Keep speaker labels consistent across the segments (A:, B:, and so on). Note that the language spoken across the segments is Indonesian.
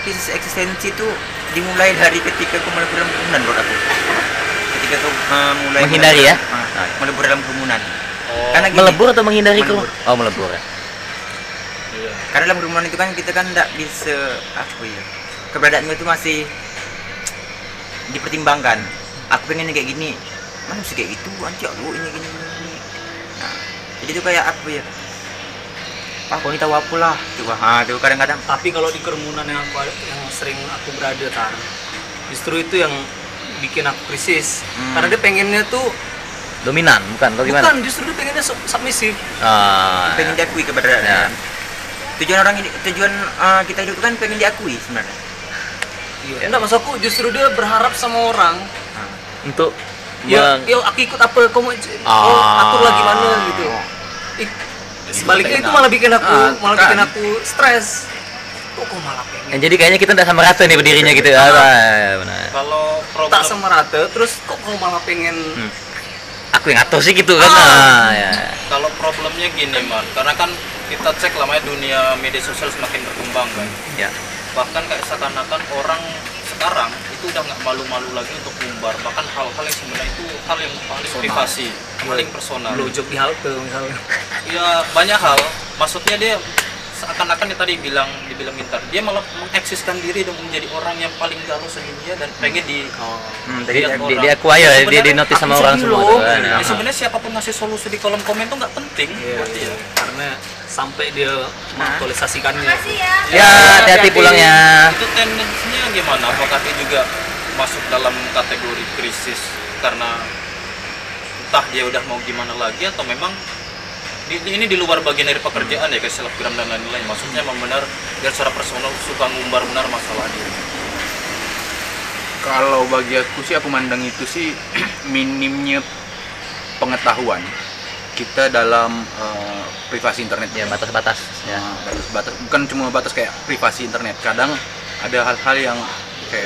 A: krisis eksistensi itu dimulai dari ketika aku melebur dalam kerumunan menurut aku. Ketika aku mulai
B: menghindari ya?
A: Melebur dalam kerumunan.
B: Karena gini, melebur atau menghindari
A: melebur.
B: Oh, melebur ya.
C: Iya.
A: Karena dalam kerumunan itu kan kita kan tidak bisa keberadaannya itu masih dipertimbangkan. Aku pengennya kayak gini, mana sih kayak gitu, anjir lu ini gini. Nah, jadi itu kayak apa ya? Kau ini tahu apa lah, coba. Tuh kadang-kadang.
C: Tapi kalau di kerumunan yang sering aku berada Tar, justru itu yang bikin aku krisis. Karena dia pengennya tuh
B: dominan, bukan? Atau gimana?
C: bukan, justru dia pengennya submisif.
A: Pengen diakui keberadaan.
B: Ya.
A: Tujuan kita hidup kan pengen diakui sebenarnya.
C: Iya. Enggak, maksud aku justru dia berharap sama orang.
B: Untuk
C: Ya, yo aku ikut apa kamu atur lagi mana gitu. Sebaliknya itu malah bikin aku stres. Kok malah pengen.
B: jadi kayaknya kita tidak sama rata nih berdirinya gitu. Benar.
D: Kalau problem
C: Tak sama rata, terus kok kau malah pengen
B: Aku yang ngatur sih gitu kan. Ya.
D: Kalau problemnya gini man, karena kan kita cek lamanya dunia media sosial semakin berkembang kan.
B: Ya.
D: Bahkan kayak seakan-akan orang sekarang itu udah nggak malu-malu lagi untuk umbar, bahkan hal-hal yang sebenarnya itu hal yang paling privasi, paling personal.
C: blowjob di halte misalnya.
D: Ya banyak hal, maksudnya dia seakan-akan dia tadi dibilang Gintar, dia malah mengeksiskan diri dan menjadi orang yang paling galau sedunia dan pengen
B: Dia acquire, dia di notice sama orang semua tuh kan.
D: Ya, sebenarnya siapapun ngasih solusi di kolom komen tuh nggak penting buat dia.
C: Karena sampai dia mengaktualisasikannya.
B: Ya, hati-hati pulangnya.
D: Itu tendensinya gimana? Apakah dia juga masuk dalam kategori krisis karena entah dia udah mau gimana lagi atau memang ini di luar bagian dari pekerjaan ya, kayak selebgram dan lain-lain. Maksudnya memang benar dia secara personal suka ngumbar benar masalah dia.
E: Kalau bagi aku sih, aku mandang itu sih minimnya pengetahuan kita dalam privasi internet.
B: Ya, batas-batas. Ya.
E: Batas, bukan cuma batas kayak privasi internet. Kadang ada hal-hal yang kayak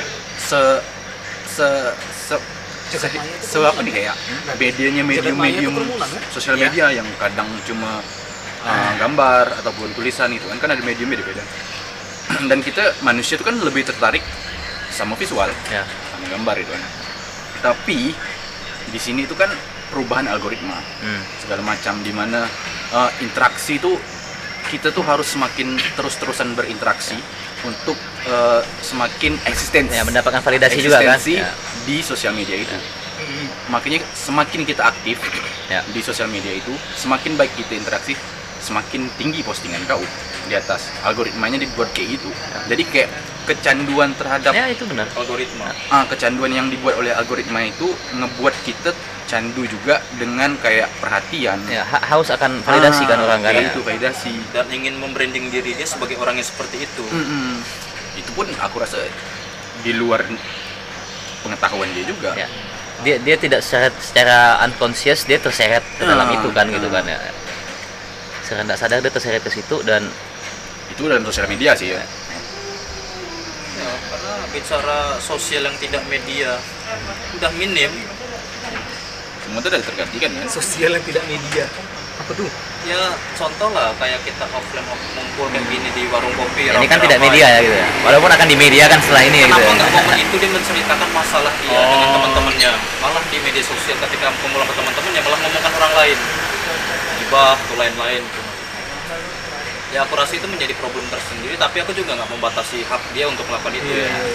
E: apa nih kayak bedanya medium sosial media yang kadang cuma gambar ataupun tulisan itu kan ada medium beda-beda. Dan kita manusia itu kan lebih tertarik sama visual, sama gambar itu kan. Tapi di sini itu kan perubahan algoritma segala macam, di mana interaksi itu kita tuh harus semakin terus-terusan berinteraksi untuk semakin eksistensi,
B: mendapatkan validasi juga kan
E: di sosial media itu. Makanya semakin kita aktif di sosial media itu, semakin baik kita interaksi, semakin tinggi postingan kau di atas. Algoritmanya dibuat kayak gitu. Jadi kayak kecanduan terhadap
B: itu benar.
D: Algoritma.
E: Kecanduan yang dibuat oleh algoritma itu ngebuat kita candu juga dengan kayak perhatian.
B: Ya, haus akan validasi kan orang kan.
E: Itu validasi
D: Dan ingin membranding diri dia sebagai orang yang seperti itu.
E: Itu pun aku rasa di luar pengetahuan dia juga.
B: Ya. Dia tidak secara unconscious dia terseret ke dalam itu kan gitu kan ya. Secara tidak sadar dia terseret ke situ, dan
E: itu dalam sosial media sih ya.
D: Ya, karena bicara sosial yang tidak media udah minim.
E: Semua itu udah tergantikan kan.
C: Sosial yang tidak media. Apa tuh?
D: Ya contoh lah kayak kita offline ngumpul kayak gini di warung kopi.
B: ini kan tidak media ya gitu ya. Walaupun akan di media kan setelah ini ya gitu
D: Kenapa
B: ya.
D: nggak momen itu dia menceritakan masalah dia dengan teman-temannya, malah di media sosial ketika kumpul sama teman-temannya malah ngomongkan orang lain, gibah atau lain-lain. Ya aku rasa itu menjadi problem tersendiri, tapi aku juga nggak membatasi hak dia untuk melakukan itu.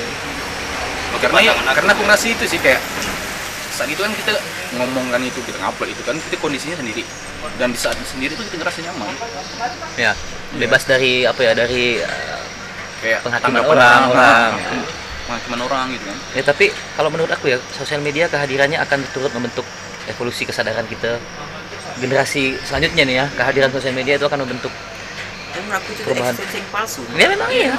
E: Karena aku ngerasa itu sih kayak saat itu kan kita ngomongkan itu, kita ngupload itu kan kita kondisinya sendiri, dan di saat sendiri tuh kita ngerasa nyaman
B: Ya, bebas dari apa ya, dari
E: kayak
B: penghakiman
E: tanggapan
B: orang.
E: penghakiman orang gitu kan.
B: Ya, tapi kalau menurut aku ya, sosial media kehadirannya akan turut membentuk evolusi kesadaran kita generasi selanjutnya nih ya. Kehadiran sosial media itu akan membentuk
A: Menurut aku itu
B: perubahan.
A: eksistensi yang palsu.
B: Ya memang iya.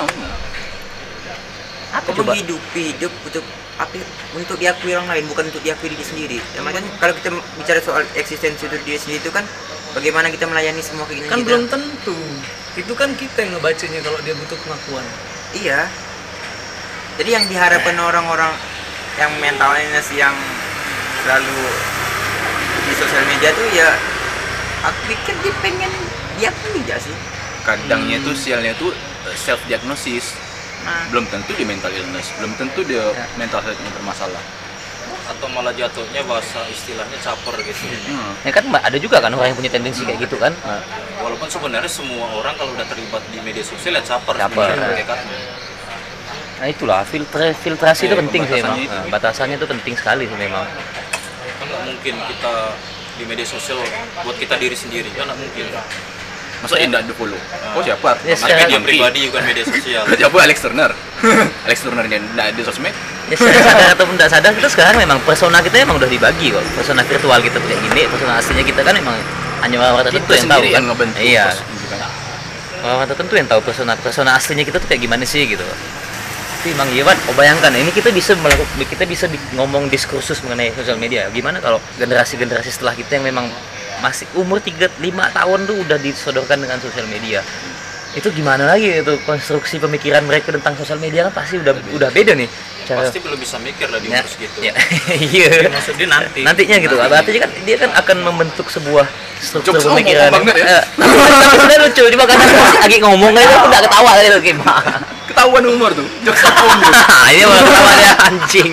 B: Apa
A: Kau
B: coba?
A: menghidupi hidup untuk diakui orang lain, bukan untuk diakui diri sendiri. Ya, makanya kalau kita bicara soal eksistensi untuk diri sendiri itu kan bagaimana kita melayani semua keinginan
C: Kan
A: kita.
C: belum tentu. Itu kan kita yang ngebacanya kalau dia butuh pengakuan.
A: Iya. Jadi yang diharapkan orang-orang yang mentalnya yang selalu di sosial media tuh ya, aku pikir dia pengen diakui aja sih.
E: Kadangnya tuh sialnya tuh self diagnosis. belum tentu dia mental illness, belum tentu dia mental health-nya bermasalah.
D: Atau malah jatuhnya bahasa istilahnya caper gitu.
B: Ya kan ada juga kan orang yang punya tendensi kayak gitu kan.
D: Walaupun sebenarnya semua orang kalau udah terlibat di media sosial ya caper.
B: Caper.
D: Sebenarnya, kan.
B: Nah itulah filtrasi itu penting sih memang.
E: batasannya itu.
B: Batasannya itu penting sekali sih memang.
D: Kan nggak mungkin kita di media sosial buat kita diri sendiri, kan nggak mungkin.
E: Masa indah di follow? Oh siapa?
B: Ya,
D: Tapi
B: secara-
D: dia pribadi bukan media sosial.
E: Siapa Alex Turner? Alex Turner yang nggak di sosmed?
B: Ya secara sadar ataupun tidak sadar kita sekarang memang persona kita emang udah dibagi kok. Persona virtual kita tuh kayak gini, persona aslinya kita kan memang hanya orang tertentu
E: Kita
B: yang tahu
E: sendiri
B: kan.
E: yang ngebentuk.
B: Iya.
E: Bukan.
B: Orang tertentu yang tahu persona aslinya kita tuh kayak gimana sih gitu. Tapi emang iya Wan, bayangkan ini kita bisa ngomong diskursus mengenai sosial media. Gimana kalau generasi-generasi setelah kita yang memang masih umur 3-5 tahun tuh udah disodorkan dengan sosial media. Itu gimana lagi itu konstruksi pemikiran mereka tentang sosial media kan pasti udah beda nih.
D: Pasti belum bisa mikir lah di
B: Ya,
D: umur segitu.
B: ya. Iya.
C: Maksud dia nanti.
B: Nantinya gitu. Artinya kan dia kan akan membentuk sebuah struktur
E: Jokes
B: pemikiran.
E: ngomong banget ya.
B: Tapi sebenarnya lucu, cuma karena aku masih lagi ngomong aja aku udah ketawa gitu gimana.
E: Ketahuan umur tuh. Jokes tahun tuh.
B: Ini malah ketawa dia anjing.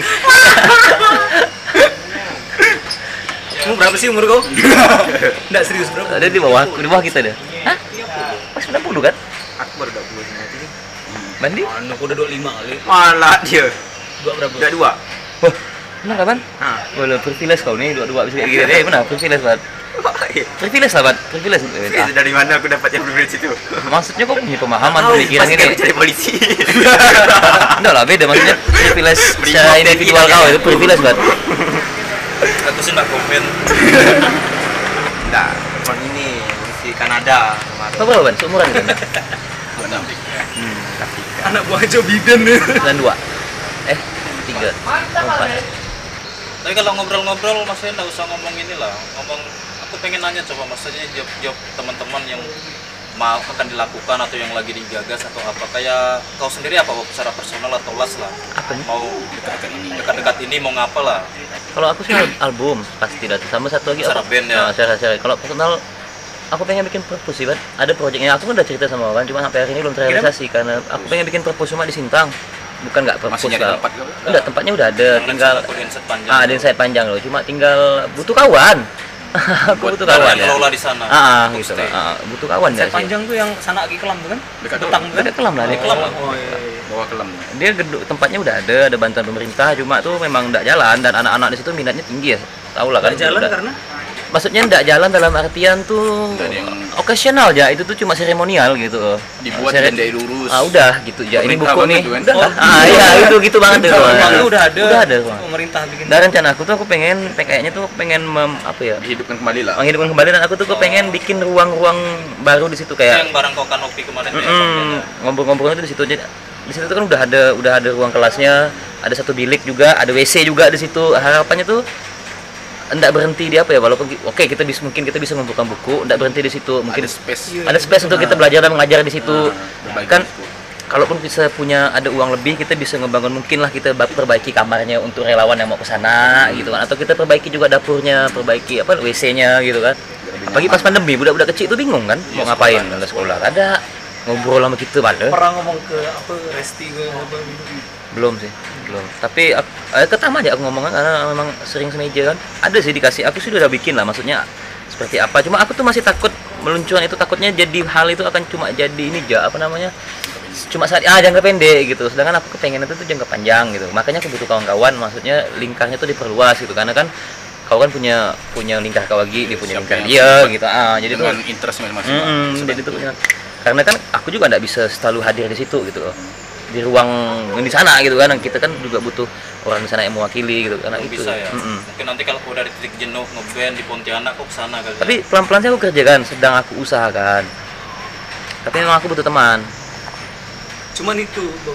C: Kamu berapa sih umur kau? Enggak serius berapa?
B: Ada di bawah kita deh. Hah? Pas 90 kan?
A: Aku baru 20 nanti nih.
B: Bandi?
C: Anu aku udah 25 kali.
A: Malah dia.
C: Dua berapa?
A: Udah 2.
B: Wah, benar kapan?
A: Hah.
B: Boleh privilege kau nih, dua bisa kayak gini. Benar, privilege banget. Privilege lah, Bat. Privilege.
A: Dari mana aku dapat yang privilege itu?
B: Maksudnya kok punya pemahaman
A: Tahu,
B: pemikiran
A: pas
B: ini.
A: kayak cari polisi.
B: Enggak lah, beda maksudnya privilege secara individual kau itu privilege banget.
D: Aku sih nggak komen.
A: Enggak, kon ini polisi Kanada kemarin.
B: Kau berapa, Ban? Seumuran kan?
A: Tapi
C: Anak buah Joe Biden nih.
B: 92. 3. 4.
D: Tapi kalau ngobrol-ngobrol maksudnya nggak usah ngomong inilah. Ngomong, aku pengen nanya coba maksudnya job teman-teman yang mau akan dilakukan atau yang lagi digagas atau apa, kayak kau sendiri apa secara personal atau las lah,
B: Apa nih?
D: mau dekat-dekat ini mau ngapa lah.
B: Kalau aku sih album pasti datang. Sama satu lagi
D: Secara
B: apa?
D: band ya.
B: Nah, secara kalau personal aku pengen bikin perpus sih, Ban. Ada proyeknya. Aku kan udah cerita sama orang, cuma sampai hari ini belum terrealisasi karena aku pengen bikin perpus cuma di Sintang. Bukan nggak perpus
E: Masih nyari
B: lah.
E: tempat kau?
B: Enggak, tempatnya udah ada, tinggal
D: Aku inset panjang.
B: ada insight panjang loh. Cuma tinggal butuh kawan. Aku butuh kawan
D: yang
B: ya.
D: ngelola di sana.
B: Gitu lah. Butuh kawan ya
C: Saya
B: sih.
C: panjang tuh yang sana lagi kelam tuh kan?
E: Dekat
C: Betang tuh kan?
B: Ada kelam lah, ada kelam.
C: Oh iya.
E: Bawa kelam.
B: Dia tempatnya udah ada bantuan pemerintah, cuma tuh memang enggak jalan dan anak-anak di situ minatnya tinggi ya. Tahu lah kan.
C: Nggak jalan
B: udah-
C: karena
B: Maksudnya enggak jalan dalam artian tuh
E: Nggak ada yang-
B: occasional ya, itu tuh cuma seremonial gitu.
E: Dibuat
B: Sere-
E: dan dari lurus.
B: udah gitu ya. Ini
E: Pemerintah
B: buku
E: banget
B: nih.
E: tuh kan.
B: Udah. Iya, itu gitu banget tuh.
C: Emangnya udah ada.
B: Udah ada. Bang.
C: Pemerintah bikin.
B: Dan rencana aku tuh aku pengen kayaknya tuh pengen apa ya?
E: Dihidupkan kembali lah.
B: Menghidupkan kembali dan aku tuh kepengen bikin ruang-ruang baru di situ kayak
D: Yang barang kau kanopi kemarin tuh ya,
B: ngobrol-ngobrol itu di situ aja. Di situ tuh kan udah ada ruang kelasnya, ada satu bilik juga, ada WC juga di situ. Harapannya tuh enggak berhenti di apa ya, walaupun oke mungkin kita bisa mengumpulkan buku, enggak berhenti di situ, mungkin
E: Ada space.
B: ada space untuk kita belajar dan mengajar di situ.
E: berbagi
B: Kan
E: buku.
B: kalaupun bisa punya ada uang lebih, kita bisa ngebangun, mungkin lah kita perbaiki kamarnya untuk relawan yang mau ke sana gitu kan, atau kita perbaiki juga dapurnya, perbaiki apa WC-nya gitu kan. Apalagi pas pandemi, budak-budak kecil itu bingung kan mau ngapain ke sekolah. Ada ngobrol sama kita pada.
C: Pernah ngomong ke apa Resti gue apa gitu.
B: Belum sih, belum. Tapi ketama aja aku ngomong kan, karena memang sering semeja kan. Ada sih dikasih, aku sih udah bikin lah, maksudnya seperti apa. Cuma aku tuh masih takut meluncuran itu, takutnya jadi hal itu akan cuma jadi ini aja apa namanya, cuma saat jangka pendek gitu. Sedangkan aku kepengen itu tuh jangka panjang gitu. Makanya aku butuh kawan-kawan, maksudnya lingkarnya tuh diperluas gitu. Karena kan kau kan punya lingkar kau lagi, dia punya lingkar dia gitu. Jadi tuh
E: dengan interest masing-masing.
B: jadi itu karena kan aku juga nggak bisa selalu hadir di situ gitu loh, di ruang di sana gitu kan. Kita kan juga butuh orang di sana yang mewakili gitu karena itu
D: bisa ya. Mungkin nanti kalau udah di titik jenuh ngeband di Pontianak kok kesana kali.
B: tapi pelan-pelan sih aku kerjakan, sedang aku usahakan, tapi memang aku butuh teman.
C: Cuman itu Bob.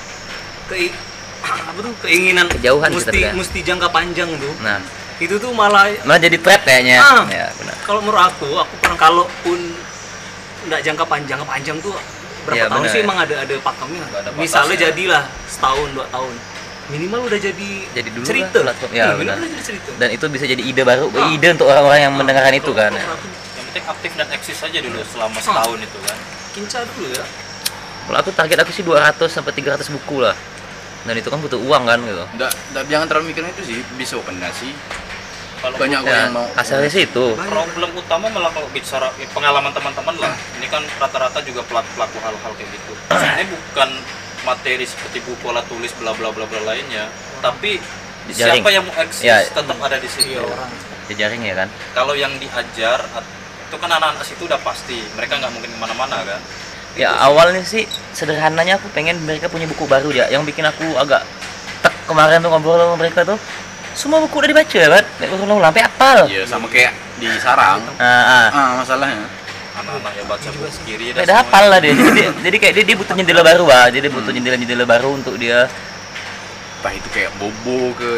C: Apa tuh keinginan
B: Kejauhan sih tapi ya.
C: mesti jangka panjang tuh.
B: Nah,
C: Itu tuh malah
B: jadi trap kayaknya. Ya benar.
C: kalau menurut aku pernah kalaupun nggak jangka panjang tuh berapa
B: Iya,
C: tahun
B: benar
C: sih
B: ya.
C: emang ada pakemnya.
D: Nggak ada
C: Misalnya
D: batasnya.
C: jadilah setahun 2 tahun minimal udah jadi
B: Dulu
C: cerita.
B: lah platform. Ya,
C: Minimal
B: benar.
C: udah jadi cerita.
B: Dan itu bisa jadi ide baru, ide untuk orang-orang yang mendengarkan itu kan.
C: Kalau menurut aku,
D: Yang penting aktif dan eksis aja dulu selama setahun itu kan.
C: Kinca dulu ya.
B: Kalau aku target aku sih 200 sampai 300 buku lah. Dan itu kan butuh uang kan gitu.
E: Jangan terlalu mikirin itu sih, bisa openasi.
D: Kalau
E: Banyak orang
B: Ya,
E: yang mau.
B: kasarnya sih itu.
D: problem utama malah kalau bicara pengalaman teman-teman lah, ini kan rata-rata juga pelaku hal-hal kayak gitu. Ini bukan materi seperti buku alat tulis bla bla bla bla lainnya, tapi
B: Jejaring.
D: siapa yang mau eksis
B: Ya.
D: tetap ada di situ.
B: Jejaring ya kan.
D: Kalau yang diajar itu kan anak-anak situ udah pasti, mereka nggak mungkin kemana-mana kan.
B: Ya awalnya sih sederhananya aku pengen mereka punya buku baru ya. Yang bikin aku agak tek kemarin tuh ngobrol sama mereka tuh, semua buku udah dibaca kan, ulang sampai apal.
E: Iya, sama kayak di sarang. Masalahnya.
D: Anak-anak yang baca buku kiri
B: Udah hafal lah dia. Jadi kayak dia butuh jendela baru bah. Jadi butuh jendela baru untuk dia.
E: Entah itu kayak bobo ke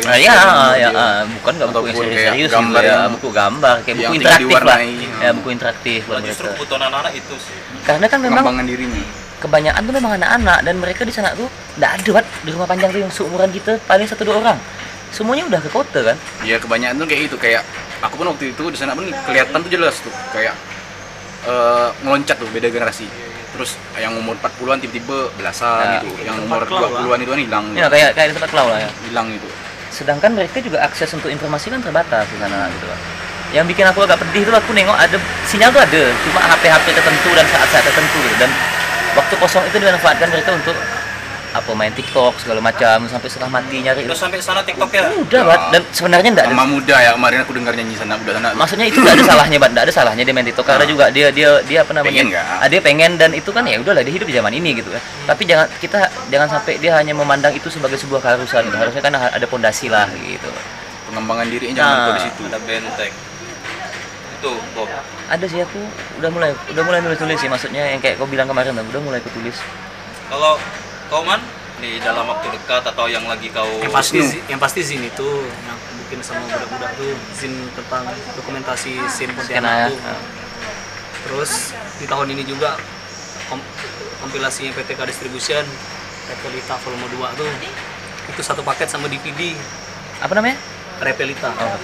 B: Bukan nggak buku yang
E: Ataupun kayak
B: serius gitu
E: gambar
B: ya,
E: yang-
B: buku gambar kayak
E: yang
B: buku
E: tinggal
B: interaktif lah.
E: diwarnai.
B: Ya buku interaktif buat
D: Nah, justru
B: mereka.
D: kebutuhan anak-anak itu sih.
B: Karena kan memang
E: pengembangan dirinya.
B: kebanyakan tuh memang anak-anak dan mereka di sana tuh nggak ada Bat, di rumah panjang tuh yang seumuran kita paling 1-2 orang. Semuanya udah ke kota kan.
E: Ya kebanyakan tuh kayak itu, kayak aku pun waktu itu di sana pun kelihatan tuh jelas tuh kayak ngeloncat tuh beda generasi. Terus yang umur 40-an tiba-tiba belasan
B: Ya.
E: gitu, yang umur
C: Tempat kelau
E: 20-an itu kan hilang.
B: Ya kayak di tempat Klau lah ya.
E: Hilang itu.
B: Sedangkan mereka juga akses untuk informasi kan terbatas di sana gitu kan. Yang bikin aku agak pedih itu aku nengok ada sinyal tuh ada, cuma HP-HP tertentu dan saat-saat tertentu gitu. Dan waktu kosong itu dimanfaatkan mereka untuk apa main TikTok segala macam sampai setengah mati nyari.
D: Udah sampai sana TikTok ya?
B: Udah Bat, dan sebenarnya enggak ada.
E: Sama muda ya, kemarin aku dengar nyanyi sana udah sana.
B: Maksudnya itu enggak ada salahnya Bat, enggak ada salahnya dia main TikTok karena juga dia apa namanya?
E: Pengen nggak?
B: Dia pengen dan itu kan ya udahlah dia hidup di zaman ini gitu kan. Tapi jangan sampai dia hanya memandang itu sebagai sebuah keharusan gitu. Harusnya kan ada pondasi lah gitu.
E: Pengembangan dirinya
B: Nah.
E: jangan lupa di situ.
D: Ada benteng. Itu Bob.
B: Ada sih aku udah mulai nulis sih, maksudnya yang kayak kau bilang kemarin udah mulai aku tulis.
D: Kalau kau Man di dalam waktu dekat atau yang lagi kau
C: yang pasti Zin itu yang aku bikin sama budak-budak tuh Zin tentang dokumentasi Zin
B: Skena ya.
C: Pontianak tuh. Terus di tahun ini juga kompilasi PTK Distribution Repelita volume 2 tuh itu satu paket sama DVD
B: Apa namanya?
C: Repelita.
B: Oh,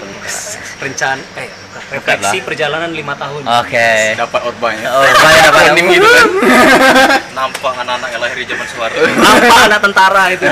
C: Refleksi perjalanan 5 tahun.
B: Oke.
E: Dapat outbound ya.
B: Oh, banyak banget
E: gitu kan.
D: nampak anak-anak yang lahir di zaman Soeharto.
C: Apa anak tentara itu?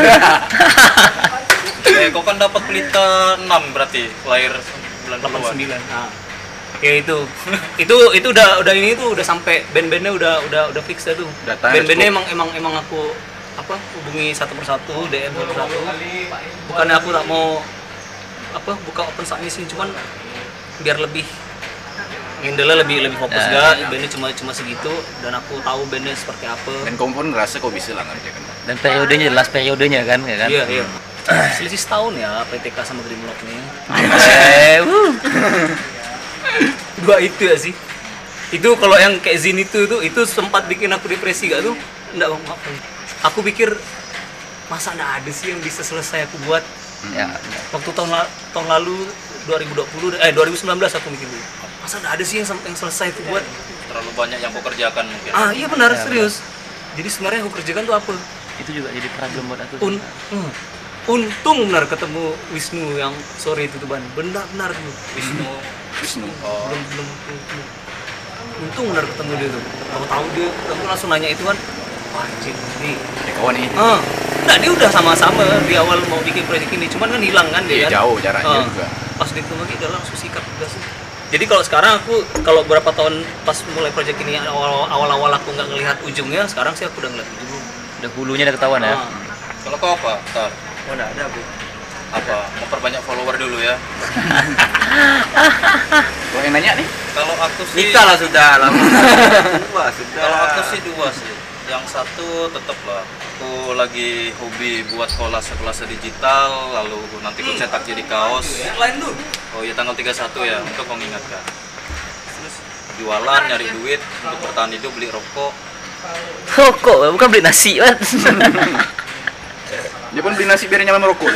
D: Kau kan dapat pelita 6 berarti lahir bulan
C: 89. Nah. Ya itu udah ini tuh udah sampai band-bandnya udah fix dah tuh.
E: Datanya
C: Band-bandnya emang aku hubungi satu persatu, DM satu persatu. Bukannya aku tak mau buka open submission, cuman biar lebih ngindelnya lebih fokus bandnya cuma segitu dan aku tahu bandnya seperti apa.
E: Dan kamu pun ngerasa kau bisa lah ngerjakan.
B: Dan periodenya jelas periodenya kan, ya kan?
C: Iya. Selisih setahun ya PTK sama Grimlock nih. Dua itu ya sih. Itu kalau yang kayak Zin itu sempat bikin aku depresi gak tuh? Enggak bang, maaf. Aku pikir masa nggak ada sih yang bisa selesai aku buat.
B: Ya,
C: Waktu tahun lalu 2019 aku mikir dulu. Masa nggak ada sih yang selesai aku buat?
D: Terlalu banyak yang kau kerjakan mungkin.
C: Iya benar,
B: Ya,
C: serius. Jadi sebenarnya yang aku kerjakan tuh apa?
B: itu juga jadi problem buat aku.
C: Untung benar ketemu Wisnu yang sore itu tuh Ban. Benar tuh.
E: Wisnu.
C: belum untung benar ketemu dia tuh. Tahu dia aku langsung nanya itu kan, wah anjing nih
E: Ya kawan ini.
C: nah dia udah sama-sama di awal mau bikin proyek ini, cuman kan hilang kan dia
E: Iya,
C: kan.
E: jauh jaraknya juga.
C: Pas dia lagi udah langsung sikat udah sih. Jadi kalau sekarang kalau beberapa tahun pas mulai proyek ini awal-awal aku nggak ngelihat ujungnya, sekarang sih aku udah ngeliat ujungnya.
B: Udah hulunya udah ketahuan ya.
D: Kalau kau apa? Tar.
A: Oh, nggak ada Bu.
D: Apa? Memperbanyak follower dulu ya.
E: Kau yang nanya nih?
D: Kalau aku sih
A: Nikah lah sudah lama. Wah, sudah.
D: Kalau aku sih dua sih. Yang satu tetap lah, aku lagi hobi buat kolase digital, lalu nanti aku cetak jadi kaos.
C: Lain tuh.
D: Oh iya tanggal 31 ya, untuk mengingatkan. Terus jualan, nyari duit untuk bertahan hidup, beli rokok.
B: Rokok, bukan beli nasi kan?
E: Dia pun beli nasi biar nyaman merokok.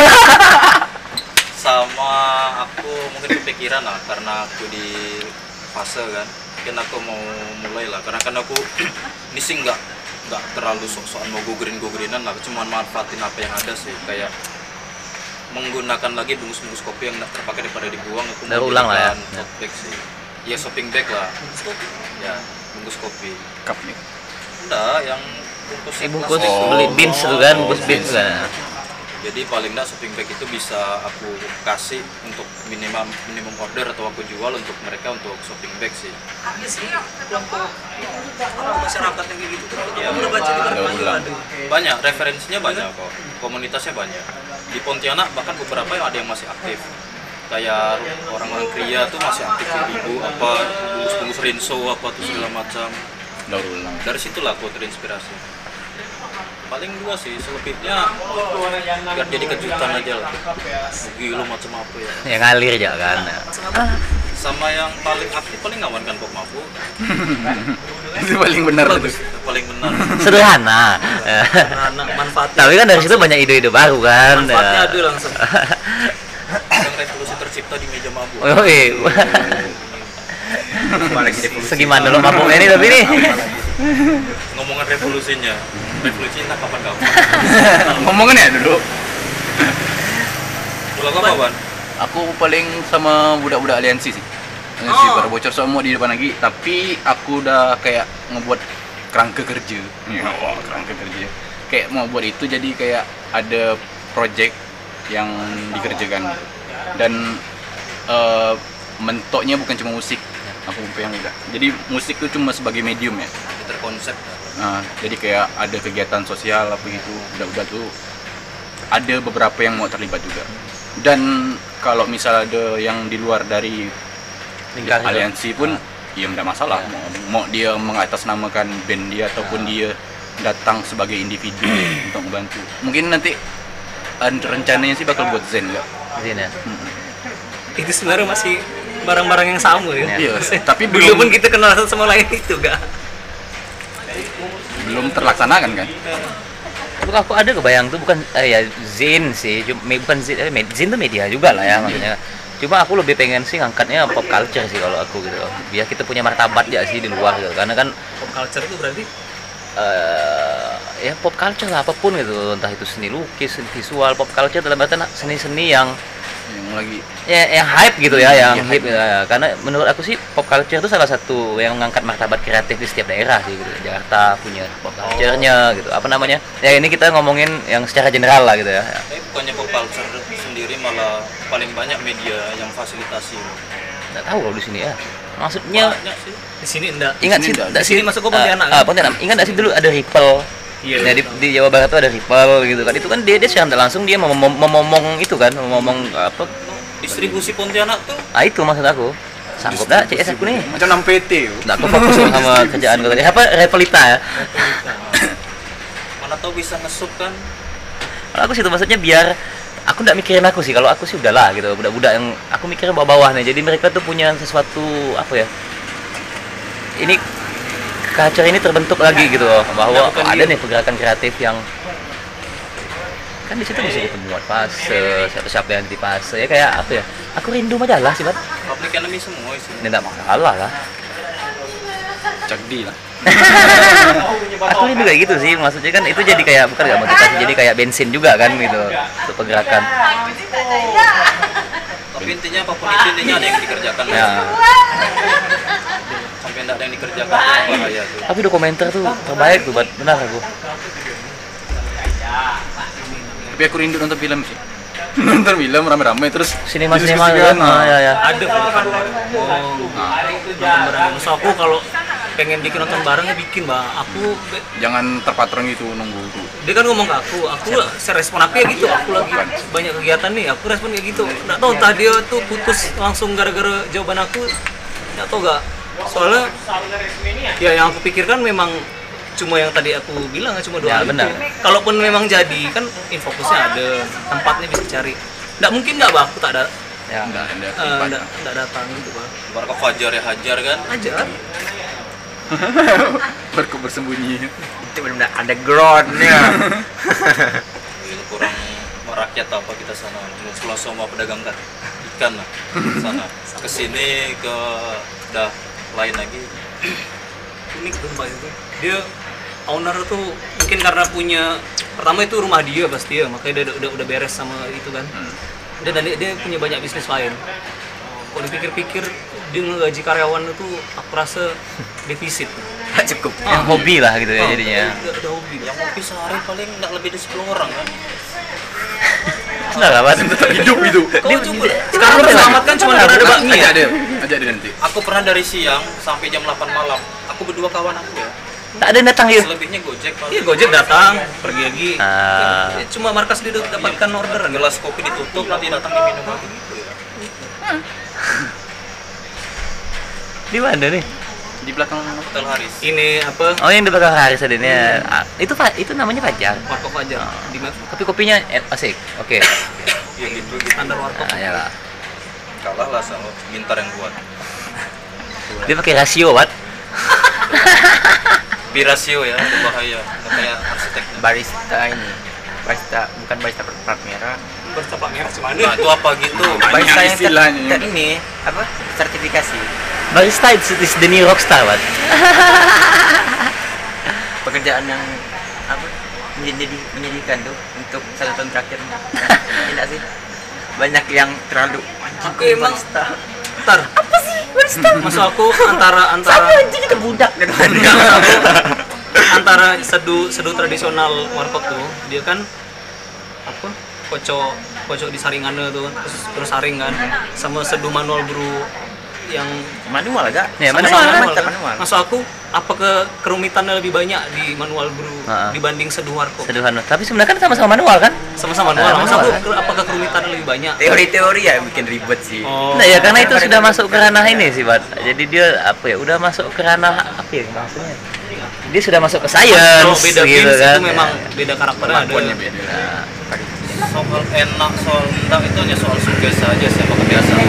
D: Sama aku mungkin kepikiran lah, karena aku di fase kan, mungkin aku mau mulai lah, karena kan aku ini sih nggak terlalu sok-sokan mau go-greenan lah, cuma manfaatin apa yang ada sih, kayak menggunakan lagi bungkus-bungkus kopi yang nggak terpakai daripada dibuang, aku
B: Daur ulang lah ya.
D: tote bag sih, ya shopping bag lah, ya bungkus kopi.
E: Cup nih.
D: Enggak, yang
B: bungkus beli beans tuh kan, bungkus beans kan.
D: Jadi paling nggak shopping bag itu bisa aku kasih untuk minimum order atau aku jual untuk mereka untuk shopping bag sih.
C: Ada sih kelompok masyarakat yang kayak gitu tuh. Ya, udah baca di Barang juga ada.
D: Banyak, referensinya banyak kok, komunitasnya banyak. Di Pontianak bahkan beberapa yang ada yang masih aktif. Kayak orang-orang kria tuh masih aktif, ibu apa bungkus-bungkus rinso apa tuh segala macam.
E: Daur ulang.
D: Dari situlah aku terinspirasi. Paling 2 sih, selebihnya biar jadi kejutan aja lah. Gila macam apa ya.
B: Ya ngalir aja kan.
D: Sama yang paling aktif paling ngawan kan Pop Mabuk.
E: Itu paling benar itu.
D: Itu paling benar.
B: Sederhana.
C: Nah, manfaatnya.
B: Tapi kan dari situ banyak ide-ide baru kan.
C: Manfaatnya ada langsung.
D: Yang revolusi tercipta di meja mabuk.
B: Oh iya.
A: Apalagi revolusi.
B: Segimana lo mabuk ini tapi nih.
D: Ngomongin revolusinya entah kapan-kapan.
E: Ngomongin ya dulu.
D: Pulang apa, Ban?
E: Aku paling sama budak-budak aliansi sih. Aliansi baru bocor semua di depan lagi, tapi aku udah kayak ngebuat kerangka kerja. Wah, kerangka kerja. Kayak mau buat itu jadi kayak ada project yang dikerjakan. Dan mentoknya bukan cuma musik. Aku yang udah. Jadi musik itu cuma sebagai medium ya.
D: Terkonsep.
E: Nah, jadi kayak ada kegiatan sosial apa gitu, udah tuh ada beberapa yang mau terlibat juga. Dan kalau misal ada yang di luar dari
B: Lingkar itu.
E: aliansi pun, ya tidak masalah. Mau dia mengatasnamakan band dia ataupun dia datang sebagai individu untuk membantu. Mungkin nanti rencananya sih bakal buat Zen nggak?
B: Sini ya.
C: Itu sebenarnya masih barang-barang yang sama ya.
E: Iya, tapi
C: Dulu pun kita kenal satu sama lain itu gak?
E: belum terlaksanakan kan?
B: Tapi aku ada kebayang tuh bukan ya Zin sih, bukan Zin, Zin tuh media juga lah ya maksudnya. Cuma aku lebih pengen sih ngangkatnya pop culture sih kalau aku gitu. Biar kita punya martabat ya sih di luar gitu. Karena kan
C: Pop culture itu berarti
B: ya pop culture lah apapun gitu, entah itu seni lukis, seni visual, pop culture dalam artian seni-seni yang
E: lagi
B: ya yang hype gitu ya, yang
E: Yang
B: hype ya. Karena menurut aku sih pop culture itu salah satu yang mengangkat martabat kreatif di setiap daerah sih gitu. Jakarta punya pop culture-nya gitu. Apa namanya? Ya ini kita ngomongin yang secara general lah gitu ya.
D: Tapi bukannya pop culture sendiri malah paling banyak media yang fasilitasi.
B: Nggak tahu kalau di sini ya. Maksudnya
D: Banyak sih.
C: di sini enggak.
B: ingat sih,
E: enggak.
B: enggak
C: Di sini masuk ke Pontianak, kan?
B: Pontianak. Ingat nggak sih dulu ada Ripple.
C: Iya.
B: Nah, di Jawa Barat tuh ada Ripple gitu kan. Itu kan dia secara tidak langsung dia memomong itu kan, memomong apa?
D: Distribusi Pontianak tuh
B: Itu maksud aku. Sanggup dah CS aku nih.
E: macam 6 PT.
B: Nggak aku fokus sama kerjaan gue tadi. Apa Revelita ya?
D: mana tahu bisa ngesup kan.
B: Kalau aku sih itu maksudnya biar aku nggak mikirin aku sih. Kalau aku sih udahlah gitu. Budak-budak yang aku mikirin bawah-bawah nih. Jadi mereka tuh punya sesuatu apa ya? Ini culture ini terbentuk lagi gitu loh, bahwa
C: Bukan
B: ada
C: dia.
B: nih pergerakan kreatif yang kan di situ bisa ditemuan fase siapa yang di fase ya kayak apa ya, aku rindu majalah sih Bat.
D: Public enemy semua sih.
B: Ini nggak masalah lah.
E: Cagdi lah.
B: Aku rindu kayak gitu sih, maksudnya kan itu jadi kayak bukan nggak motivasi, jadi kayak bensin juga kan gitu untuk pergerakan.
D: Tapi intinya apapun itu intinya ada yang dikerjakan.
B: Ya.
D: Sampai enggak ada yang dikerjakan itu bahaya tuh.
B: Tapi dokumenter tuh terbaik tuh Bat, benar aku.
E: Tapi aku rindu nonton film sih. Nonton film rame-rame terus
B: Sinema
E: diskusikan.
B: kan, ya.
C: Ada kan. Nonton bareng. So aku kalau pengen bikin nonton bareng ya bikin, Mbak. Aku
E: Jangan terpatron gitu nunggu itu.
C: dia kan ngomong ke aku respon aku ya gitu, aku lagi banyak kegiatan nih, aku respon kayak gitu. Nggak tahu entah dia tuh putus langsung gara-gara jawaban aku, nggak tahu gak. Soalnya ya yang aku pikirkan memang cuma yang tadi aku bilang, cuma dua
B: Ya,
C: hal
B: benar.
C: itu. Kalaupun memang jadi kan infocusnya ada, tempatnya bisa cari. Nggak mungkin nggak, Bang, aku tak ada
B: Ya.
C: nggak datang gitu, Bang.
D: Barca Fajar ya hajar kan.
C: Aja.
E: Bersembunyi.
A: Itu benar undergroundnya.
D: Ini kurang merakyat apa kita sana. Pulau semua pedagang ikan lah sana. Kesini ke udah lain lagi.
C: Unik tuh tempat itu. Dia owner tuh mungkin karena punya, pertama itu rumah dia pasti ya, makanya dia udah beres sama itu kan. Dan dia punya banyak bisnis lain. Kalau dipikir-pikir dia ngegaji karyawan itu aku rasa defisit.
A: cukup.
B: Yang hobi lah gitu ya jadinya.
C: Udah hobi.
D: Yang ngopi sehari paling nggak lebih dari 10 orang kan.
B: Sudah lah, Mas.
E: Hidup itu.
C: Kau coba. Sekarang terselamatkan cuma gara-gara bakmi ya.
E: Ajak dia nanti.
D: Aku pernah dari siang sampai jam 8 malam. Aku berdua kawan aku ya.
B: Tak ada yang datang ya.
D: Selebihnya Gojek paling.
C: Iya, Gojek datang, pergi lagi.
B: Ah.
C: Ya, cuma markas dia dapatkan orderan.
D: Gelas kopi ditutup nanti datang diminum lagi gitu ya.
B: Di mana nih?
E: Di belakang
D: Hotel Haris.
C: Ini apa?
B: Oh, yang di belakang Haris tadi nih. Itu namanya Fajar.
C: Warkop aja. Di
B: Tapi kopinya asik. Oke.
D: Ya gitu.
C: standar warkop.
B: Nah, ya lah.
D: Kalah lah sama Gintar yang buat.
B: Dia pakai rasio, Wat.
D: Pirasio ya, itu bahaya. Nggak kayak arsiteknya.
A: Barista ini. Barista bukan barista plat merah.
C: Bercapak merah cuma
D: Nah, itu apa gitu?
A: Barista yang
E: istilahnya.
A: ini apa? Sertifikasi.
B: Barista is the new rockstar, Wat.
A: Pekerjaan yang apa? Menyedihkan tuh untuk 1 tahun terakhir. Tidak sih? Banyak yang terlalu
C: Aku emang Ntar. Apa sih? Maksud aku antara
A: itu budak gitu.
C: antara seduh tradisional warkop tuh, dia kan apa? Kocok di saringannya tuh, terus saring kan, sama seduh manual brew yang
A: Manual agak.
B: Ya,
C: sama-sama
B: manual.
C: kan?
A: Manual.
C: Maksud aku apa kerumitannya lebih banyak di manual brew dibanding seduh warkop?
B: Sederhana. Tapi sebenarnya kan sama-sama manual kan?
C: Sama-sama manual. Maksud
B: Manual,
C: aku apakah kerumitannya lebih banyak?
A: Teori-teori ya bikin ribet sih.
C: Oh.
B: Nah, ya karena itu sudah masuk ke ranah ini sih, Bat. Jadi dia apa ya? Udah masuk ke ranah apa ya maksudnya? Dia sudah masuk ke
C: Kalau
B: science
C: beda
B: gitu
C: beans
B: kan.
C: itu memang beda karakternya ada.
E: Kemampuannya beda.
D: Soal enak, soal enggak itu hanya soal suges saja sih, sama kebiasaan.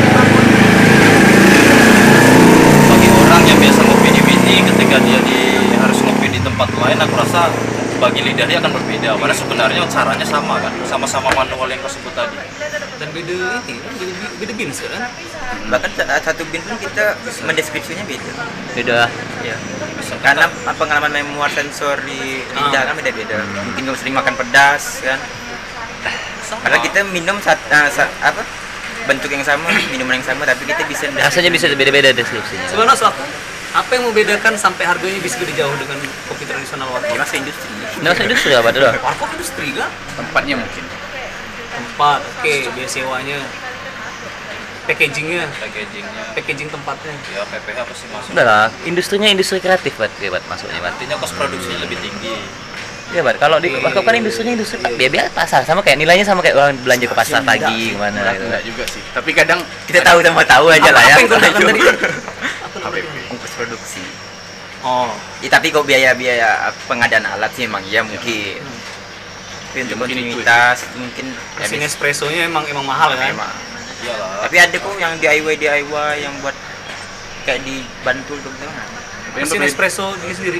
D: Bagi orang yang biasa ngopi di mini, ketika dia harus ngopi di tempat lain, aku rasa bagi lidah dia akan berbeda. Karena sebenarnya caranya sama kan, sama-sama manual yang kau sebut tadi.
C: Dan beda beans kan?
A: Bahkan satu bin pun kita mendeskripsinya beda.
B: Beda.
A: Ya. Karena pengalaman memoir sensor di lidah kan beda-beda. Mungkin kamu sering makan pedas kan. Karena kita minum apa? Bentuk yang sama, minuman yang sama, tapi kita bisa
B: Rasanya bisa beda-beda deskripsinya.
C: Sebenarnya maksud aku, apa yang membedakan sampai harganya bisa beda jauh dengan kopi tradisional warkop?
A: ya, masuk industri.
B: Nah, maksudnya industri apa tuh?
C: Warkop industri kan?
E: Tempatnya mungkin.
C: Tempat, oke, biaya sewanya, packagingnya,
D: Packagingnya,
C: tempatnya.
D: ya PPH pasti masuk.
B: Udah lah, industrinya industri kreatif, Bat. Ya, Bat, masuknya, Bat.
D: Artinya kos produksinya lebih tinggi.
B: Ya, Bat. Kalau di Warkop kan industrinya industri biasa pasar, sama kayak nilainya sama kayak orang belanja ke pasar pagi kemana gitu.
E: Enggak juga sih. Tapi kadang
A: Kita tahu sama tahu aja lah ya.
C: Apa yang kau katakan tadi?
E: HPP.
A: Ongkos produksi.
C: Oh,
A: Ya, tapi kok biaya pengadaan alat sih emang ya mungkin. Tapi untuk
E: Mungkin itu
A: kontinuitas mungkin ya
C: mesin
A: bisa.
C: espressonya emang mahal kan?
A: Memang.
D: Iyalah.
A: Tapi ada kok yang DIY yang buat kayak di Bantul tuh kan.
C: Mesin espresso diri sendiri.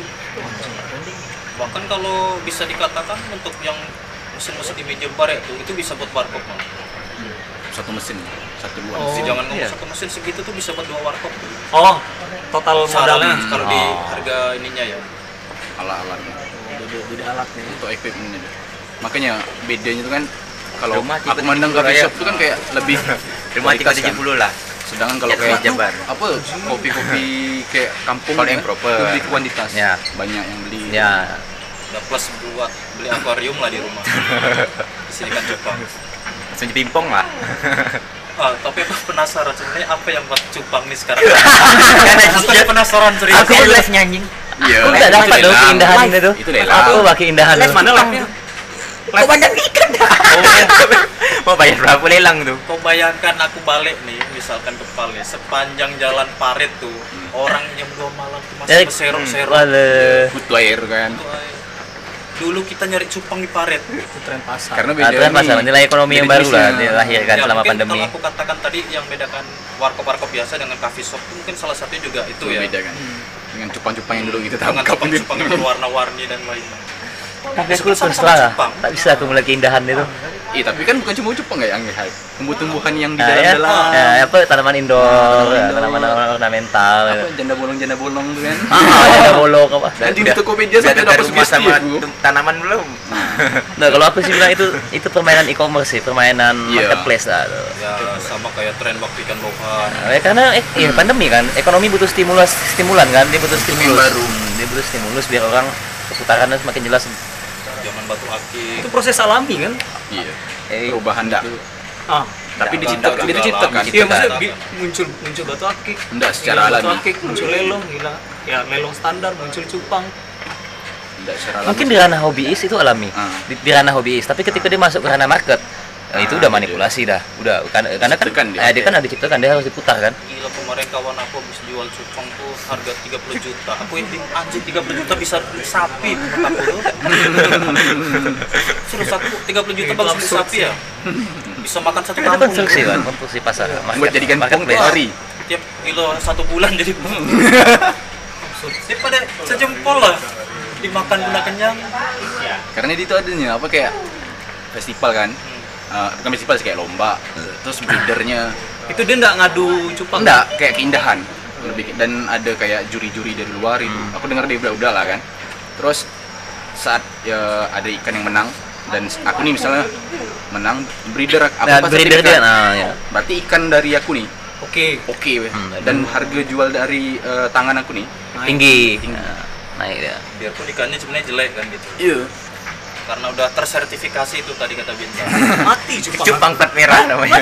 D: Bahkan kalau bisa dikatakan untuk yang mesin-mesin di meja bar itu bisa buat warkop malah.
E: satu mesin, satu dua
C: Oh.
E: mesin.
D: Jangan ngomong
B: iya.
D: satu mesin segitu tuh bisa buat 2 warkop tuh.
C: Oh, total modalnya.
D: Kalau di harga ininya ya.
E: Alat-alatnya
C: Beda alatnya.
E: untuk equipment itu. Makanya bedanya itu kan kalau
A: Rumah
E: aku
A: tipe
E: mandang
A: 70
E: coffee
A: ya.
E: shop itu kan kayak lebih
A: Rumah
E: kualitas
A: 370 lah.
E: Sedangkan kalau
A: Ya,
E: kayak
A: Jabar.
E: apa kopi-kopi kayak kampung
A: Kalau
E: gitu
A: yang
E: kan,
A: proper.
E: itu lebih kuantitas.
B: Ya.
E: Banyak yang beli.
B: Ya,
D: Udah plus buat beli akuarium lah di rumah. Di sini kan cupang.
A: Langsung dipimpong lah.
D: Tapi aku penasaran sebenarnya apa yang buat cupang nih sekarang.
A: Karena
D: Aku penasaran serius.
A: aku les nyanyi.
E: Iya.
B: aku nggak dapat loh keindahan itu.
E: Itu lelang.
B: Aku pakai keindahan
C: Les
B: tuh.
C: mana live-nya?
A: Kok banyak ikan dah? Mau bayar berapa lelang tuh?
D: Kau bayangkan aku balik nih, misalkan ke Pale, sepanjang jalan Parit tuh, orang jam 2 malam tuh masih berserong-serong.
B: Wale.
E: Butuh air kan.
D: Dulu kita nyari cupang di Parit.
C: Itu tren pasar.
E: Karena
B: Nah, itu kan
E: nih,
B: pasar nilai ekonomi yang
E: beda
B: baru lah
E: jenisnya.
B: dilahirkan selama
D: mungkin
B: pandemi.
D: kalau aku katakan tadi yang bedakan warkop-warkop biasa dengan coffee shop itu mungkin salah satunya juga itu
E: Itu
D: ya.
E: beda kan. Dengan cupang-cupang yang dulu kita
D: Dengan
E: tangkap itu.
D: cupang-cupang yang berwarna-warni dan lain-lain.
B: Tapi aku
D: Sama-sama
B: terus terang lah,
D: Jepang.
B: tak bisa aku mulai keindahan itu.
E: Tapi kan bukan cuma Jepang ya yang hype. Tumbuh-tumbuhan yang di
B: ya,
E: dalam-dalam.
B: ya, apa tanaman indoor, ya,
E: indoor.
B: tanaman ornamental.
E: Apa janda bolong tuh kan.
B: Ada bolong apa?
E: Nanti di Tokopedia
A: Udah
E: sampai
A: ada
E: dapat
A: rumah
E: sugesti
A: sama
E: aku.
A: tanaman belum?
B: Nah, kalau aku sih bilang itu permainan e-commerce sih, permainan
E: Iya.
B: marketplace lah tuh.
D: Ya sama kayak tren waktu ikan lohan.
B: Nah, karena iya pandemi kan, ekonomi butuh stimulan kan, dia butuh stimulus.
E: baru.
B: Dia butuh stimulus biar orang perputarannya semakin jelas.
D: Zaman batu akik.
C: Itu proses alami kan?
E: Iya.
B: Eh,
E: Perubahan enggak.
C: Ah.
E: Tapi
D: Enggak,
E: diciptakan,
D: enggak,
E: dia diciptakan.
C: Iya,
B: Kan?
C: maksudnya muncul batu akik.
E: Enggak secara
C: Gila, batu
E: alami.
C: akik, muncul lelong, gila. Ya lelong standar, muncul cupang.
E: Enggak secara alami.
B: Mungkin di ranah hobbyis itu alami, di ranah hobbyis. Tapi ketika dia masuk ke ranah market, itu udah manipulasi dah. Udah karena kan
E: Diciptakan dia.
B: dia kan ada diciptakan, dia harus diputar kan.
D: Gila, kemarin kawan aku habis jual cupang tuh harga 30 juta. Aku ini anjing 30 juta bisa beli sapi menurut aku tuh. Terus aku 30 juta bagus beli sapi ya. Bisa makan satu
B: Itu
D: kampung.
B: konstruksi kan, konstruksi pasar.
E: Buat jadikan pong tiap hari.
D: Tiap kilo 1 bulan jadi daripada sejempol lah dimakan guna kenyang.
E: Karena di itu adanya apa kayak festival kan. Bukan festival sih, kayak lomba. Terus breedernya
C: Itu dia nggak ngadu cupang.
E: enggak kayak keindahan lebih, dan ada kayak juri-juri dari luar itu. Aku dengar dia udah lah kan. Terus saat ya, ada ikan yang menang dan aku nih misalnya menang breeder aku
B: Nah,
E: pasti
B: breeder
E: sertifikat.
B: dia, nah ya.
E: Berarti ikan dari aku nih
C: Oke.
E: weh. Dan harga jual dari tangan aku nih
B: Tinggi. Nah, naik dia.
D: Biarpun ikannya sebenarnya jelek kan gitu.
E: iya.
D: Karena udah tersertifikasi itu tadi kata Bintang.
C: Mati cupang.
A: Cupang plat merah namanya.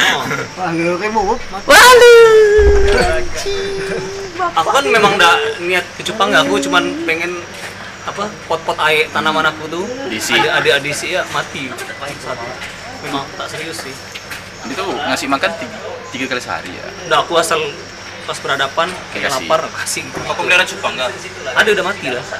C: Aku kan memang nggak niat ke Jepang, aku cuman pengen apa pot-pot air tanaman aku tuh
E: Diisi.
C: ada adisi ya mati satu. Memang tak serius sih.
E: Dia tuh ngasih makan 3 kali sehari ya.
C: Udah aku asal pas berhadapan
E: Kayak kasih.
C: lapar kasih.
D: Kau pelihara cupang nggak?
C: Ada udah mati lah.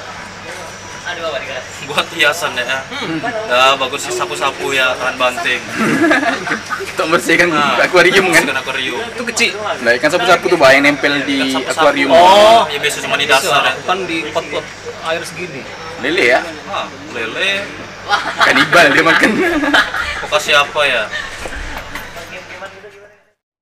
D: Buat hiasan ya. Ya bagus sih sapu-sapu ya tahan banting.
E: Untuk membersihkan akuarium kan.
D: Bersihkan akuarium.
C: Itu kecil.
E: Nah, ikan sapu-sapu tuh yang nempel di
D: Ikan sapu-sapu.
E: akuarium.
C: Oh.
D: Ya biasa cuma di dasar ya.
C: Kan di pot-pot air segini.
E: Lele ya.
D: Ah, lele.
E: Kanibal dia makan.
D: Kau kasih apa ya?